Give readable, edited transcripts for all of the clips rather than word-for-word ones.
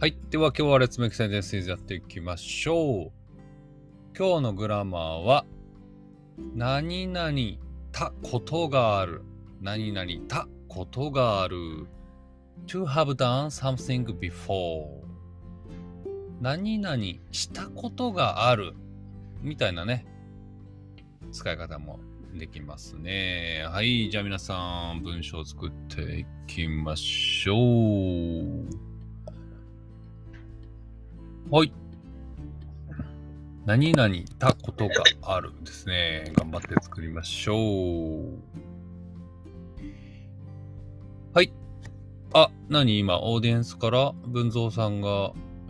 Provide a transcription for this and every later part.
はい。では今日はLet's Make Sentencesやっていきましょう。今日のグラマーは、何々たことがある。何々たことがある。To have done something before。何々したことがある。みたいなね、使い方もできますね。はい。じゃあ皆さん、文章を作っていきましょう。はい。何々たことがあるですね。頑張って作りましょう。はい。あ、何今、オーディエンスから文蔵さんが、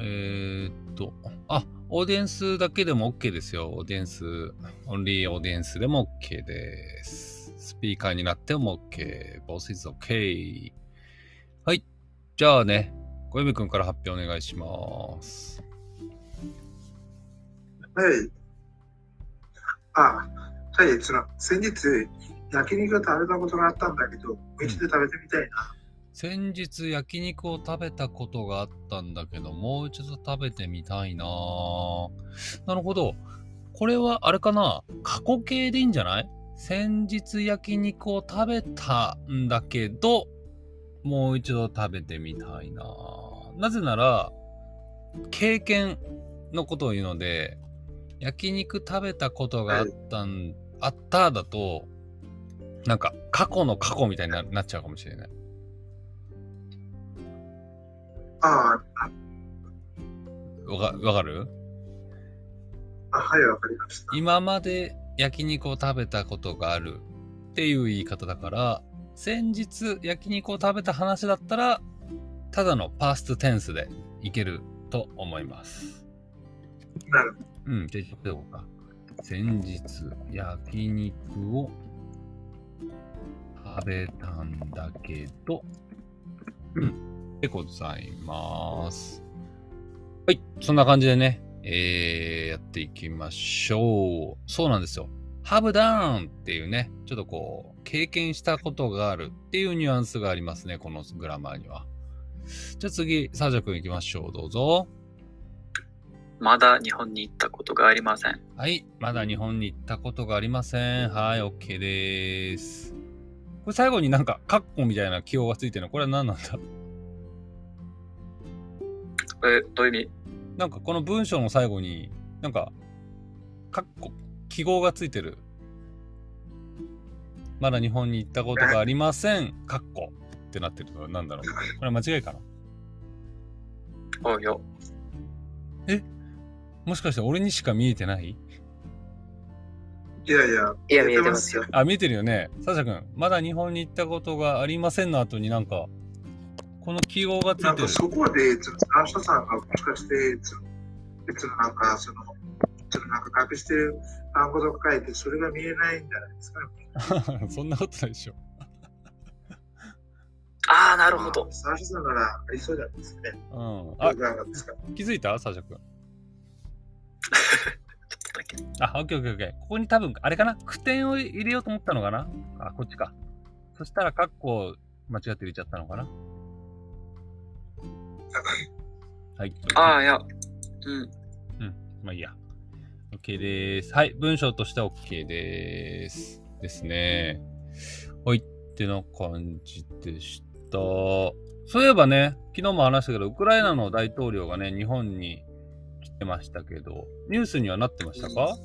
オーディエンスだけでも OK ですよ。オーディエンス、オンリーオーディエンスでも OK です。スピーカーになっても OK。ボス is OK。はい。じゃあね、小泉くんから発表お願いします。 はい。はい、先日、焼肉を食べたことがあったんだけど、もう一度食べてみたいな。 先日焼肉を食べたことがあったんだけど、もう一度食べてみたいな。なるほど。これはあれかな？過去形でいいんじゃない？先日焼肉を食べたんだけど、もう一度食べてみたいな。なぜなら、経験のことを言うので、焼肉食べたことがあっただと、なんか過去の過去みたいになっちゃうかもしれない。わかる？ はい、わかりました。 今まで焼肉を食べたことがあるっていう言い方だから、先日焼肉を食べた話だったら、ただのパストテンスでいけると思います。 なるほど。 じゃあ言っておこうか。先日焼肉を食べたんだけど、でございます。はい、そんな感じでね、やっていきましょう。そうなんですよ。have done っていうね、ちょっとこう、経験したことがあるっていうニュアンスがありますね、このグラマーには。じゃあ次、サージャ君行きましょう。どうぞ。 まだ日本に行ったことがありません。 はい、まだ日本に行ったことがありません。はい、OK です。これ最後になんか、カッコみたいな記号がついてるの、これは何なんだ？ どういう意味？ なんかこの文章の最後に、なんか、カッコ、記号がついてる。まだ日本に行ったことがありません。カッコってなってるのは何だろう？これ間違いかな？ いや。 もしかして俺にしか見えてない？ いや、 見えてますよ。 見えてるよね。サシャ君、まだ日本に行ったことがありませんの後になんか、この記号がついてる。 なんかそこで、サーシャさんがもしかして、なんか隠してる単語とか書いて、それが見えないんじゃないですか。 そんなことないでしょ。 なるほど。 サーシャさんならありそうじゃないですかね。気づいた？サシャ君。 ちょっとだけ。 オッケー。ここに多分、あれかな？句点を入れようと思ったのかな？こっちか。そしたら、カッコ間違って入れちゃったのかな？はい。 いや。 まあいいや。OK です。はい。文章としては OK です。ですね。はい。ってな感じでした。そういえばね、昨日も話したけど、ウクライナの大統領がね、日本に来てましたけど、ニュースにはなってましたか？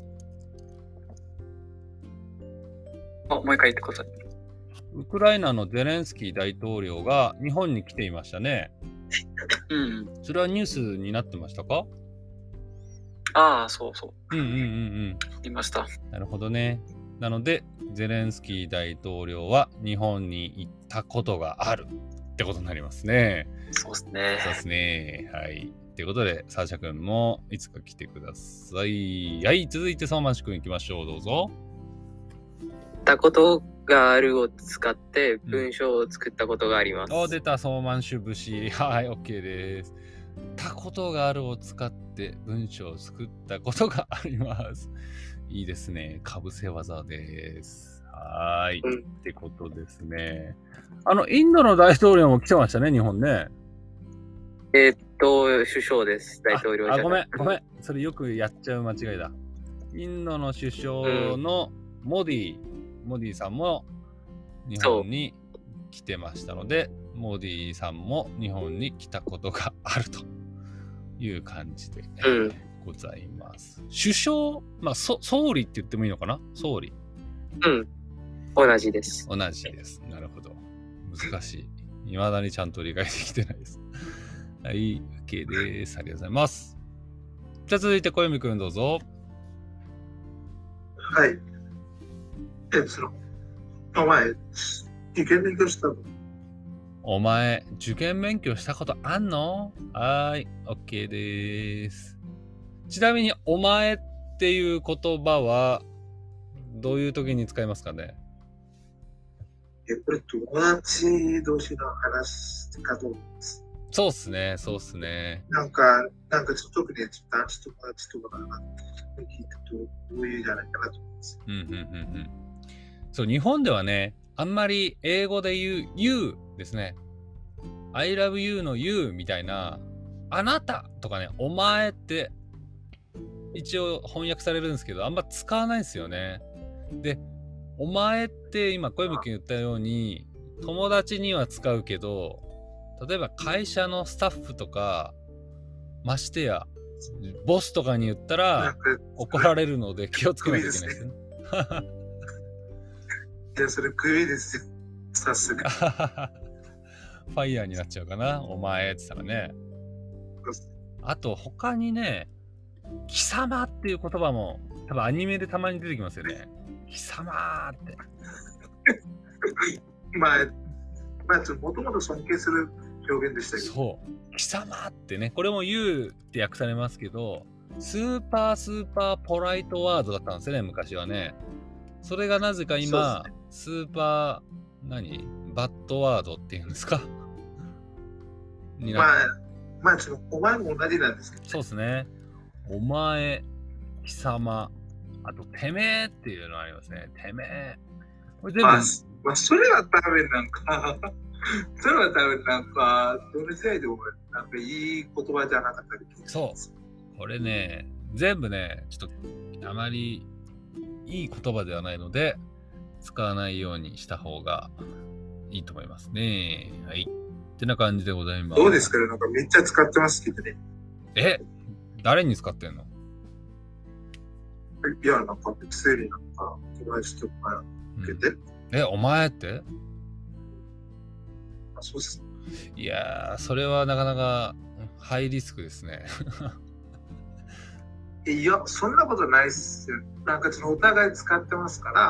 もう一回言ってください。 ウクライナのゼレンスキー大統領が日本に来ていましたね。それはニュースになってましたか？ そう。いました。 なるほどね。なので、ゼレンスキー大統領は日本に行ったことがあるってことになりますね。 そうですね。 はい。ということで、サーシャ君もいつか来てください。はい。続いて、ソーマンシ君行きましょう。どうぞ。 行ったことがあるを使って文章を作ったことがあります。 出た、ソーマンシュ節。はい、OK です。たことがあるを使って文章を作ったことがあります。いいですね。かぶせ技です。はい。ってことですね。インドの大統領も来てましたね、日本ね。 首相です。大統領じゃなくて。 ごめん。それよくやっちゃう間違いだ。インドの首相のモディさんも日本に来てましたので、モディさんも日本に来たことがあるという感じで、ございます。首相、まあ、総理って言ってもいいのかな？総理。 同じです。 同じです。なるほど。難しい。未だにちゃんと理解できてないです。はい、OK です。ありがとうございます。じゃあ続いて小読くんどうぞ。 はい。お前、受験勉強したの？ お前、受験勉強したことあんの？はい、OK です。ちなみに、お前っていう言葉は、どういう時に使いますかね？ これ、友達同士の話かと思います。 そうっすね。 なんか特に男子友達とかが聞いてどういうじゃないかなと思います。 そう、日本ではね、あんまり英語で言う You ですね。I love you の You みたいな、あなたとかね、お前って一応翻訳されるんですけど、あんま使わないんですよね。で、お前って今小泉君言ったように、友達には使うけど、例えば会社のスタッフとか、ましてや、ボスとかに言ったら怒られるので気をつけなきゃいけないですね。 いや、それクビですよ。さすが。 ファイヤーになっちゃうかな、お前って言ったらね。あと他にね、貴様っていう言葉も多分アニメでたまに出てきますよね。貴様って。 まあ、もともと尊敬する表現でしたけど。 そう。貴様ってね、これも言うって訳されますけど、スーパーポライトワードだったんですよね、昔はね。それがなぜか今、スーパー、バッドワードっていうんですかまあ、お前も同じなんですけど、ね。 そうですね。お前、貴様、あと、てめえっていうのありますね。てめえ。これ全部それは多分どの時代でもなんかいい言葉じゃなかったり。 そう。これね、全部ね、ちょっとあまりいい言葉ではないので、使わないようにした方がいいと思いますね。はい。ってな感じでございます。 どうですかね？なんかめっちゃ使ってますけどね。 誰に使ってんの？ いや、なんか普通になんか友達とか受けて。 お前って？ そうっす。 いやー、それはなかなかハイリスクですね。 いや、そんなことないっすよ。なんかお互い使ってますから。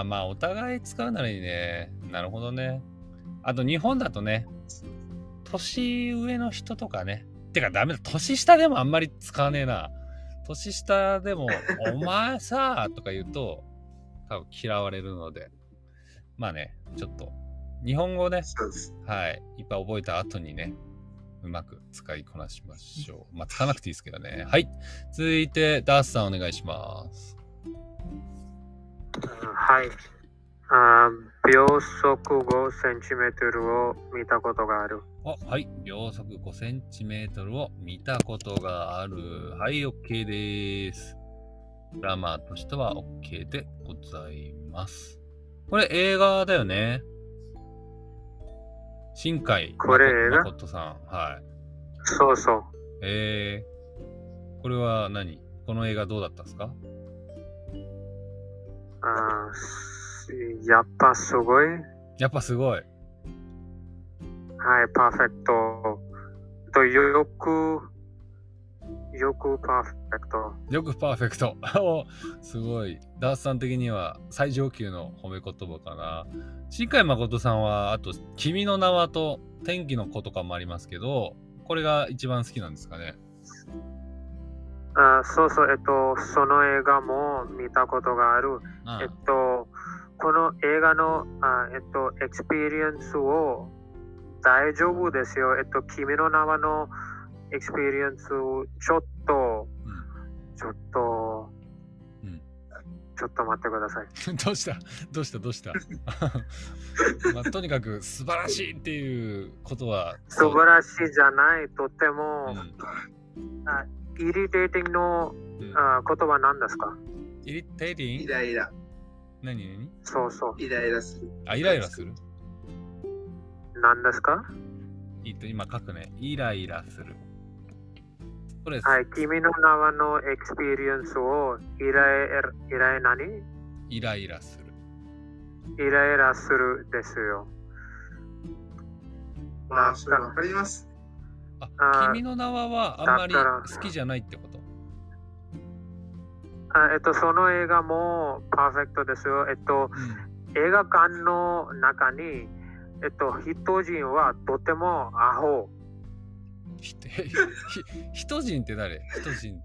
まあ、お互い使うならいいね。なるほどね。あと、日本だとね、年上の人とかね。てか、ダメだ。年下でもあんまり使わねえな。年下でも、お前さーとか言うと、多分嫌われるので。まあね、ちょっと、日本語ね、はい、いっぱい覚えた後にね、うまく使いこなしましょう。まあ、使わなくていいですけどね。はい。続いて、ダースさんお願いします。 はい。秒速5センチメートルを見たことがある。 はい。秒速5センチメートルを見たことがある。はい、OK です。グラマーとしては OK でございます。これ映画だよね。新海誠さん。はい。 そうそう。 これは何？この映画どうだったんですか？ やっぱすごい。 やっぱすごい。 はい、パーフェクト。よくパーフェクト。 よくパーフェクト。すごい。ダースさん的には最上級の褒め言葉かな。新海誠さんは、あと、君の名はと天気の子とかもありますけど、これが一番好きなんですかね。 そうそう、その映画も見たことがある。この映画の、エクスペリエンスを大丈夫ですよ。君の名はのエクスペリエンスちょっとちょっと待ってください。 どうしたまあ、とにかく素晴らしいっていうことは。 素晴らしいじゃない、とっても、イリテーティングの、言葉何ですか？ イリテーティング？ イライラ。 何？ そうそう。 イライラする。 あ、イライラする？ 何ですか？ 今書くね。イライラする。 はい、君の名はのエクスペリエンスをイライラするですよ。 まあ、それわかります。 君の名はあんまり好きじゃないってこと？ その映画もパーフェクトですよ。映画館の中に、人人はとてもアホ。 人人って誰？人人。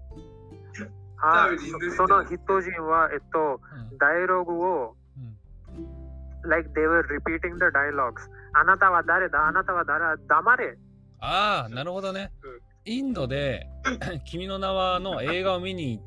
その人人は、ダイアログを、like they were repeating the dialogues。あなたは誰だ？あなたは誰だ？黙れ。 ああ、なるほどね。インドで君の名はの映画を見に行った。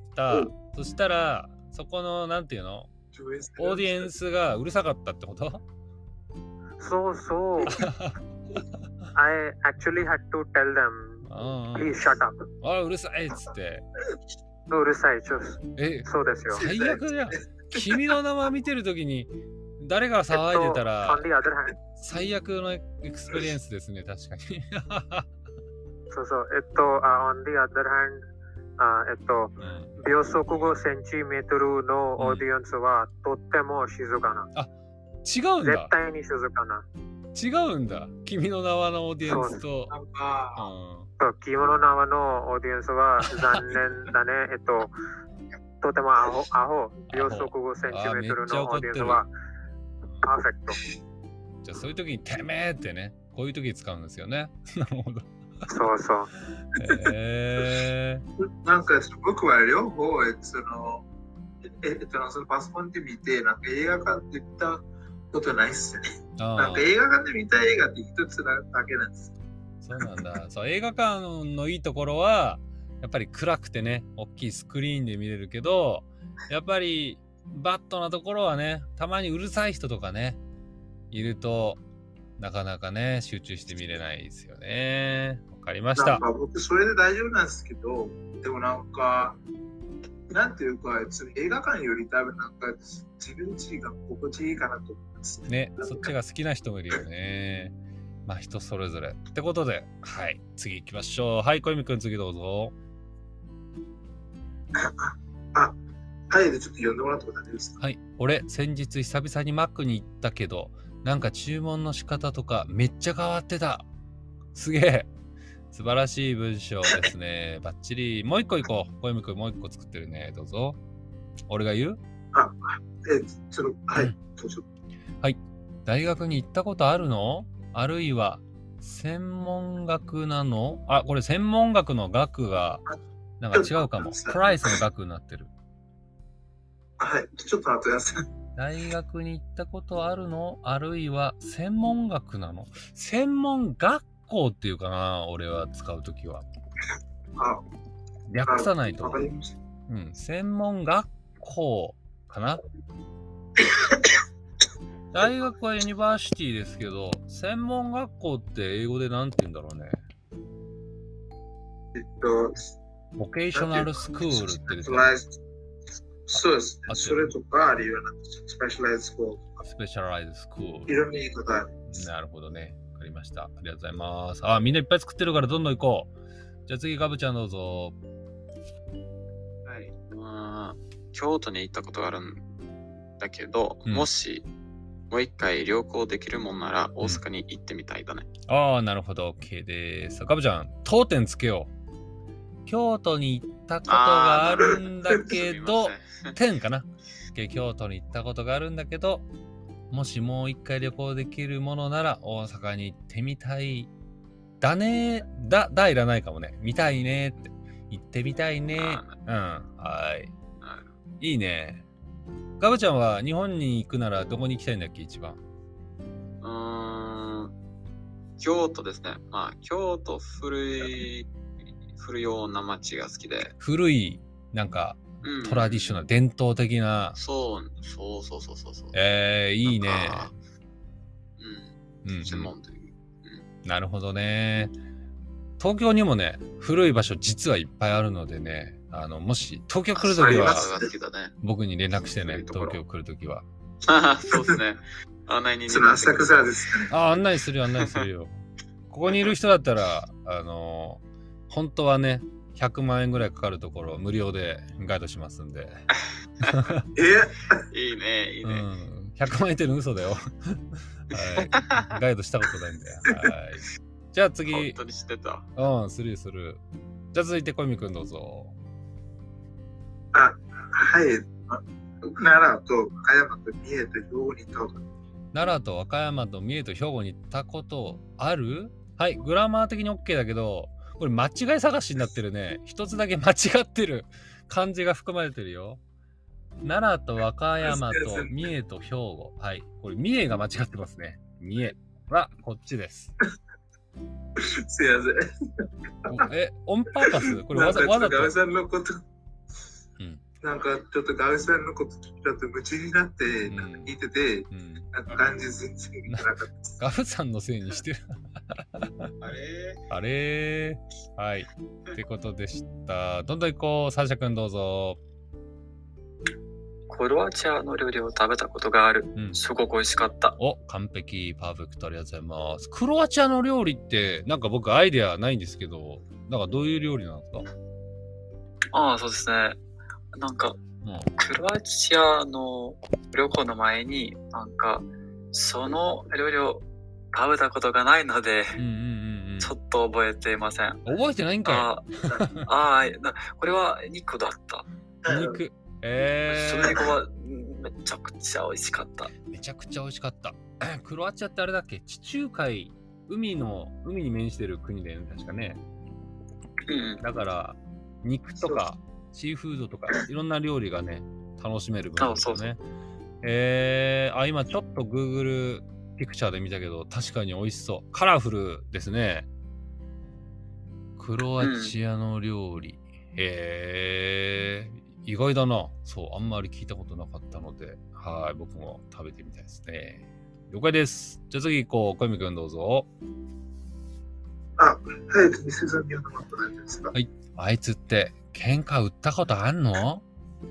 そしたら、そこの、なんていうの？オーディエンスがうるさかったってこと？ そうそう。I actually had to tell them, please shut up. あ、うるさいっつって。 うるさい、そうですよ。 最悪じゃん。君の名は見てるときに、誰が騒いでたら、最悪のエクスペリエンスですね、確かに。 そうそう。on the other hand、秒速5センチメートルのオーディエンスはとっても静かな。 あ、違うんだ。 絶対に静かな。 違うんだ。君の名はのオーディエンスと。 君の名はのオーディエンスは残念だね。とてもアホ。秒速5センチメートルのオーディエンスはパーフェクト。 じゃあそういう時にてめえってね、こういう時に使うんですよね。なるほど。 そうそう。 なんか僕は両方、そのパソコンで見て、なんか映画館で見たことないっすね。なんか映画館で見た映画って一つだけなんです。 そうなんだ。そう、映画館のいいところは、やっぱり暗くてね、大きいスクリーンで見れるけど、やっぱりバッドなところはね、たまにうるさい人とかね、いると、なかなかね、集中して見れないですよね。わかりました。 なんか僕、それで大丈夫なんですけど、でもなんか、なんていうか、映画館より多分なんか自分自身が心地いいかなと思いますね。そっちが好きな人もいるよね。まあ人それぞれ。ってことで、はい、次行きましょう。はい、小泉くん次どうぞ。 はい、でちょっと呼んでもらったことありますか？ はい、俺、先日久々にマックに行ったけど、なんか注文の仕方とかめっちゃ変わってた。すげえ。素晴らしい文章ですね。バッチリ。もう一個行こう。小泉くんもう一個作ってるね。どうぞ。俺が言う？ はい、どうぞ。 はい。大学に行ったことあるの？あるいは、専門学なの？あ、これ専門学の学が、なんか違うかも。プライスの学になってる。 はい、ちょっと待ってください。 大学に行ったことあるの？あるいは、専門学なの？専門学校っていうかな、俺は使うときは。略さないと。うん、専門学校かな。大学はユニバーシティですけど、専門学校って英語でなんて言うんだろうね。ボケーショナルスクールって言ってる。 そうですね。それとか、あるいはスペシャライズスクール。 スペシャライズスクール。 いろんな言い方ある。 なるほどね。わかりました。ありがとうございます。あ、みんないっぱい作ってるからどんどん行こう。じゃあ次、ガブちゃんどうぞ。 はい。京都に行ったことがあるんだけど、もし、もう一回旅行できるもんなら大阪に行ってみたいだね。 ああ、なるほど。OK です。ガブちゃん、当店つけよう。京都に行ったことがあるんだけど、点かな。京都に行ったことがあるんだけど、もしもう一回旅行できるものなら大阪に行ってみたい。だね。だいらないかもね。見たいねって。行ってみたいね。うん。はい。いいね。ガブちゃんは日本に行くならどこに行きたいんだっけ、一番。 京都ですね。まあ、京都古いような街が好きで。 古い、なんか、 トラディショナル、伝統的な。 そう。 いいね。 専門的。 なるほどね。東京にもね、古い場所実はいっぱいあるのでね、もし東京来るときは、僕に連絡してね、東京来るときは。 そうですね。案内に。 浅草ですね。 案内するよ。ここにいる人だったら、本当はね、100万円ぐらいかかるところ、無料でガイドしますんで。 いいね。 100万円っての嘘だよ。はい。ガイドしたことないんで。はい。じゃあ次。 本当に知ってた。 する。じゃあ続いて小泉くんどうぞ。 はい。奈良と和歌山と三重と兵庫に行ったこと。 奈良と和歌山と三重と兵庫に行ったことある？はい。グラマー的に OK だけど、これ間違い探しになってるね。一つだけ間違ってる漢字が含まれてるよ。奈良と和歌山と三重と兵庫。はい。これ三重が間違ってますね。三重はこっちです。 すいません。 オンパーパス？これわざと。 ガウさんのこと、なんかちょっとガウさんのことちょっと夢中になって聞いてて、なんか感じ全然見てなかったです。 ガウさんのせいにしてる。あれはい。ってことでした。どんどん行こう。サーシャ君どうぞ。 クロアチアの料理を食べたことがある。すごく美味しかった。 完璧。パーフェクト。ありがとうございます。クロアチアの料理って、なんか僕アイデアないんですけど、なんかどういう料理なんですか？ そうですね。なんか、クロアチアの旅行の前に、なんか、その料理を食べたことがないので、ちょっと覚えていません。 覚えてないんかい。これは肉だった。 肉。 それはめちゃくちゃ美味しかった。 クロアチアってあれだっけ？地中海、海に面してる国だよね、確かね。だから、肉とか、シーフードとか、いろんな料理がね、楽しめる分ですよね。今ちょっと Google ピクチャーで見たけど、確かに美味しそう。カラフルですね。クロアチアの料理。意外だな。そう、あんまり聞いたことなかったので、はい、僕も食べてみたいですね。了解です。じゃあ次行こう。小泉くんどうぞ。 店さんにはなかったんですか？ はい。あいつって喧嘩売ったことあんの？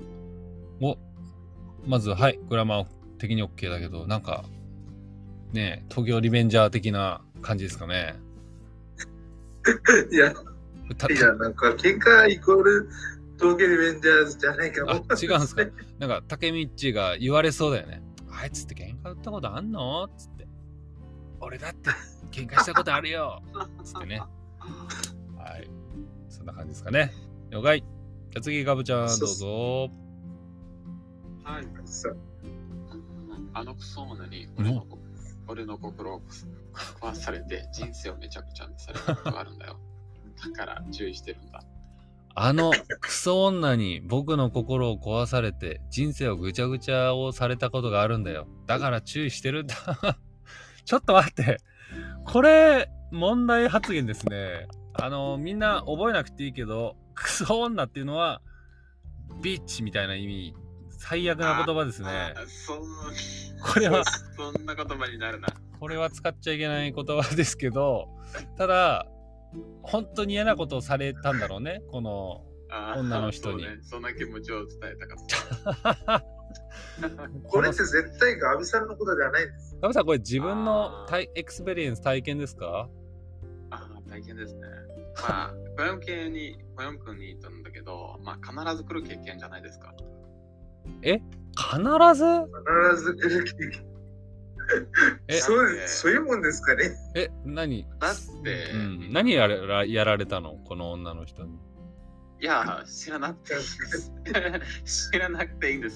まず、はい、グラマー的に OK だけど、なんか、ね、東京リベンジャー的な感じですかね。 いや、なんか喧嘩イコール東京リベンジャーズじゃないかも。 違うんですか？なんか、竹道が言われそうだよね。あいつって喧嘩売ったことあんの？つって。俺だって喧嘩したことあるよつってね。はい。そんな感じですかね。了解。じゃあ次、ガブちゃん、どうぞ。 はい。クソ女に俺の心を壊されて人生をめちゃくちゃにされたことがあるんだよ。だから注意してるんだ。 クソ女に僕の心を壊されて人生をぐちゃぐちゃをされたことがあるんだよ。だから注意してるんだ。ちょっと待って。これ、問題発言ですね。みんな覚えなくていいけど、クソ女っていうのは、ビッチみたいな意味、最悪な言葉ですね。これは、 そんな言葉になるな。 これは使っちゃいけない言葉ですけど、ただ、本当に嫌なことをされたんだろうね、この女の人に。 そんな気持ちを伝えたかった。 これって絶対ガビさんのことじゃないんです。 ガビさん、これ自分のエクスペリエンス、体験ですか？ 体験ですね。小山君に言ったんだけど、必ず来る経験じゃないですか。 必ず来る経験。そういうもんですかね。 何だって、 何やられたのこの女の人に。 いや、知らなくていいんです。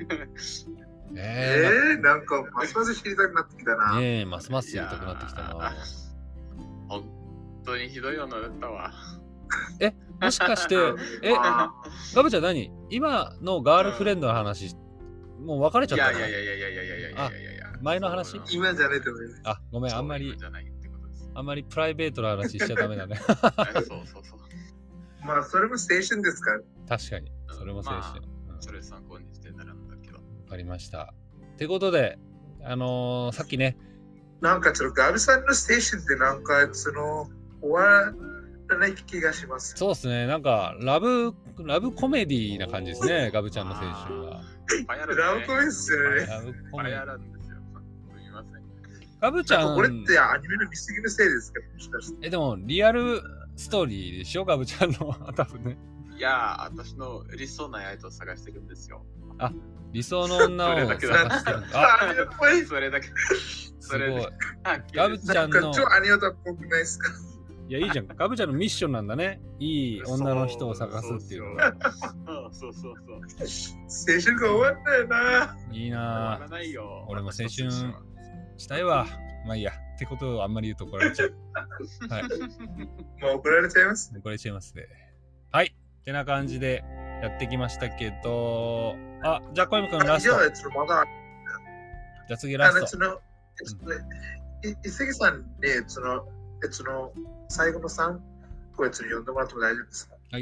なんかますます知りたくなってきたな。 ますます知りたくなってきたな。 本当にひどい女だったわ。 もしかしてガブちゃん何？今のガールフレンドの話、もう別れちゃったの？ いや。 前の話？ 今じゃないと思います。 ごめん、あんまりプライベートな話しちゃダメだね。 そう。 それも青春ですから。 確かに。 それも青春。 それ参考にしてなるんだけど。 わかりました。ってことで、さっきね。 なんかそのガビさんの青春ってなんか終わらない気がします。 そうですね。なんかラブコメディーな感じですね。ガブちゃんの青春は。 ラブコメディですよね。 ラブコメディー。 すみません。 ガブちゃん。 これってアニメの見過ぎのせいですか、もしかして。 でもリアルストーリーでしょ、ガブちゃんの多分ね。 いやー、私の理想な相手を探してるんですよ。 あ、理想の女を探してるんだ。 それだけ。 すごい。ガブちゃんの。 超アニオタっぽくないですか？ いや、いいじゃん。ガブちゃんのミッションなんだね。いい女の人を探すっていうのが。 そう。 青春が終わったよな。 いいな。俺も青春したいわ。まあいいや。ってことをあんまり言うと怒られちゃう。はい。 もう怒られちゃいます。 怒られちゃいますね。はい。ってな感じでやってきましたけど、あ、じゃあ小山くんラスト。じゃあ次ラスト。 伊勢さんで、最後の3個読んでもらっても大丈夫ですか？ はい。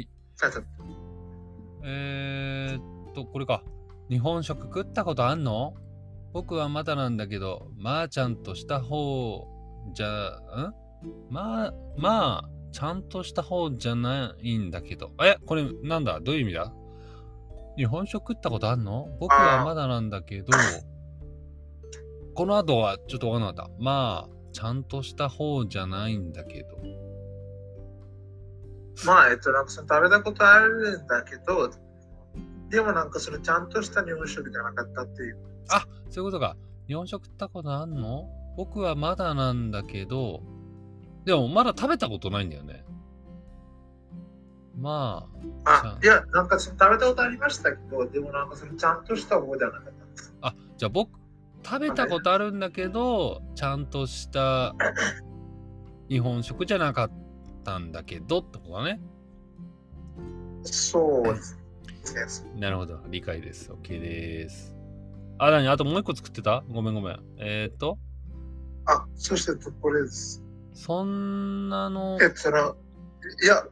これか。日本食食ったことあんの？僕はまだなんだけど、まあちゃんとした方じゃ、まあ、ちゃんとした方じゃないんだけど。これなんだ？どういう意味だ？日本食食ったことあんの？僕はまだなんだけど、この後はちょっとわかんなかった。まあ、ちゃんとした方じゃないんだけど。 まあ、なんか食べたことあるんだけど、でもなんかちゃんとした日本食じゃなかったっていう。 あ、そういうことか。日本食食ったことあんの？僕はまだなんだけど、でもまだ食べたことないんだよね。まあ。いや、なんか食べたことありましたけど、でもなんかちゃんとした方じゃなかったんです。 あ、じゃあ僕、食べたことあるんだけど、ちゃんとした日本食じゃなかったんだけどってことだね。 そうです。 なるほど。理解です。OK です。あともう一個作ってた？ごめん。 そしてこれです。 そんなの。 いや。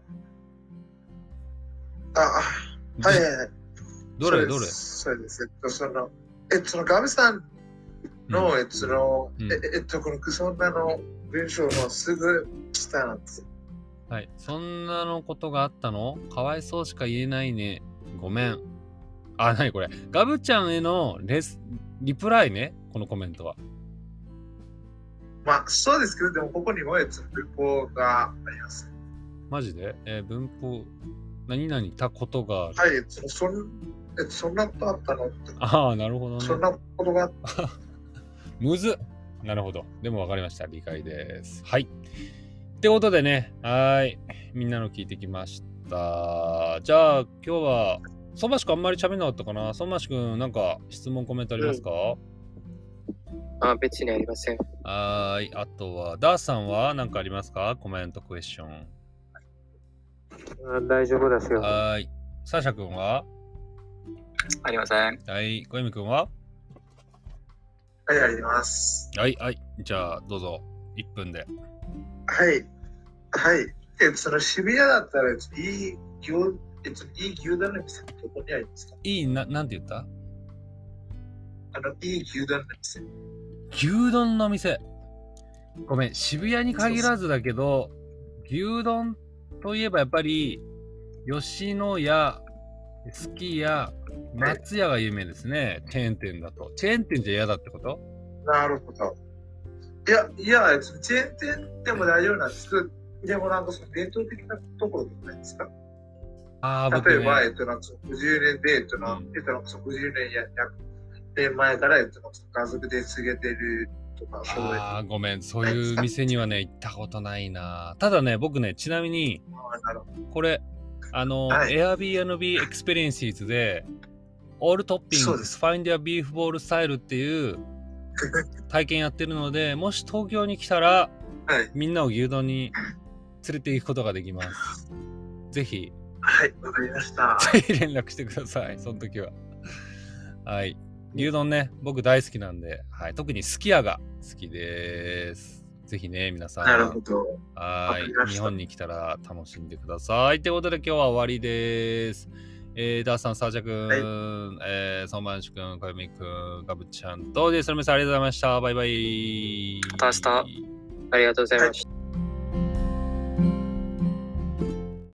はい。 どれ？ そうです。ガビさんの、このクソ女の文章のすぐ下なんです。 はい。そんなのことがあったの？かわいそうしか言えないね。ごめん。なにこれ？ガブちゃんへのリプライね。このコメントは。 まあ、そうですけど、でもここにも文法があります。 マジで？文法、何々たことがある。 はい、そんなことあったのって。 なるほどね。 そんなことがあった。 むずっ。なるほど。でも分かりました。理解です。はい。ってことでね、みんなの聞いてきました。じゃあ、今日は、相馬市くんあんまり喋んなかったかな？相馬市くん、なんか質問、コメントありますか？ 別にありません。 あとは、ダースさんは何かありますか？コメント、クエスチョン。 大丈夫ですよ。 サーシャ君は？ ありません。 小泉君は？ あります。 じゃあ、どうぞ、1分で。 渋谷だったら、いい牛丼の店、どこにありますか？ なんて言った？ いい牛丼の店。 牛丼の店。ごめん、渋谷に限らずだけど、牛丼といえばやっぱり、吉野家、すき家、松屋が有名ですね。チェーン店だと。チェーン店じゃ嫌だってこと？ なるほど。いや、チェーン店でも大丈夫なんですけど、でもなんか伝統的なところじゃないですか。例えば、なんか50年で、50年前から、家族で告げてるとか、 ごめん、そういう店にはね、行ったことないな。ただね、僕ね、ちなみに、これ、Airbnb エクスペリエンシーズで、オールトッピング、Find Your Beef Bowl Style っていう体験やってるので、もし東京に来たら、みんなを牛丼に連れて行くことができます。ぜひ。 わかりました。 ぜひ連絡してください、その時は。牛丼ね、僕大好きなんで、特にすき家が好きです。ぜひね、皆さん。 なるほど。 日本に来たら楽しんでください。ということで今日は終わりです。 ダーさん、サージャ君、ソンマンシュ君、小読君、ガブちゃんと、ディスルミさん、ありがとうございました。バイバイ。 また明日。 ありがとうございました。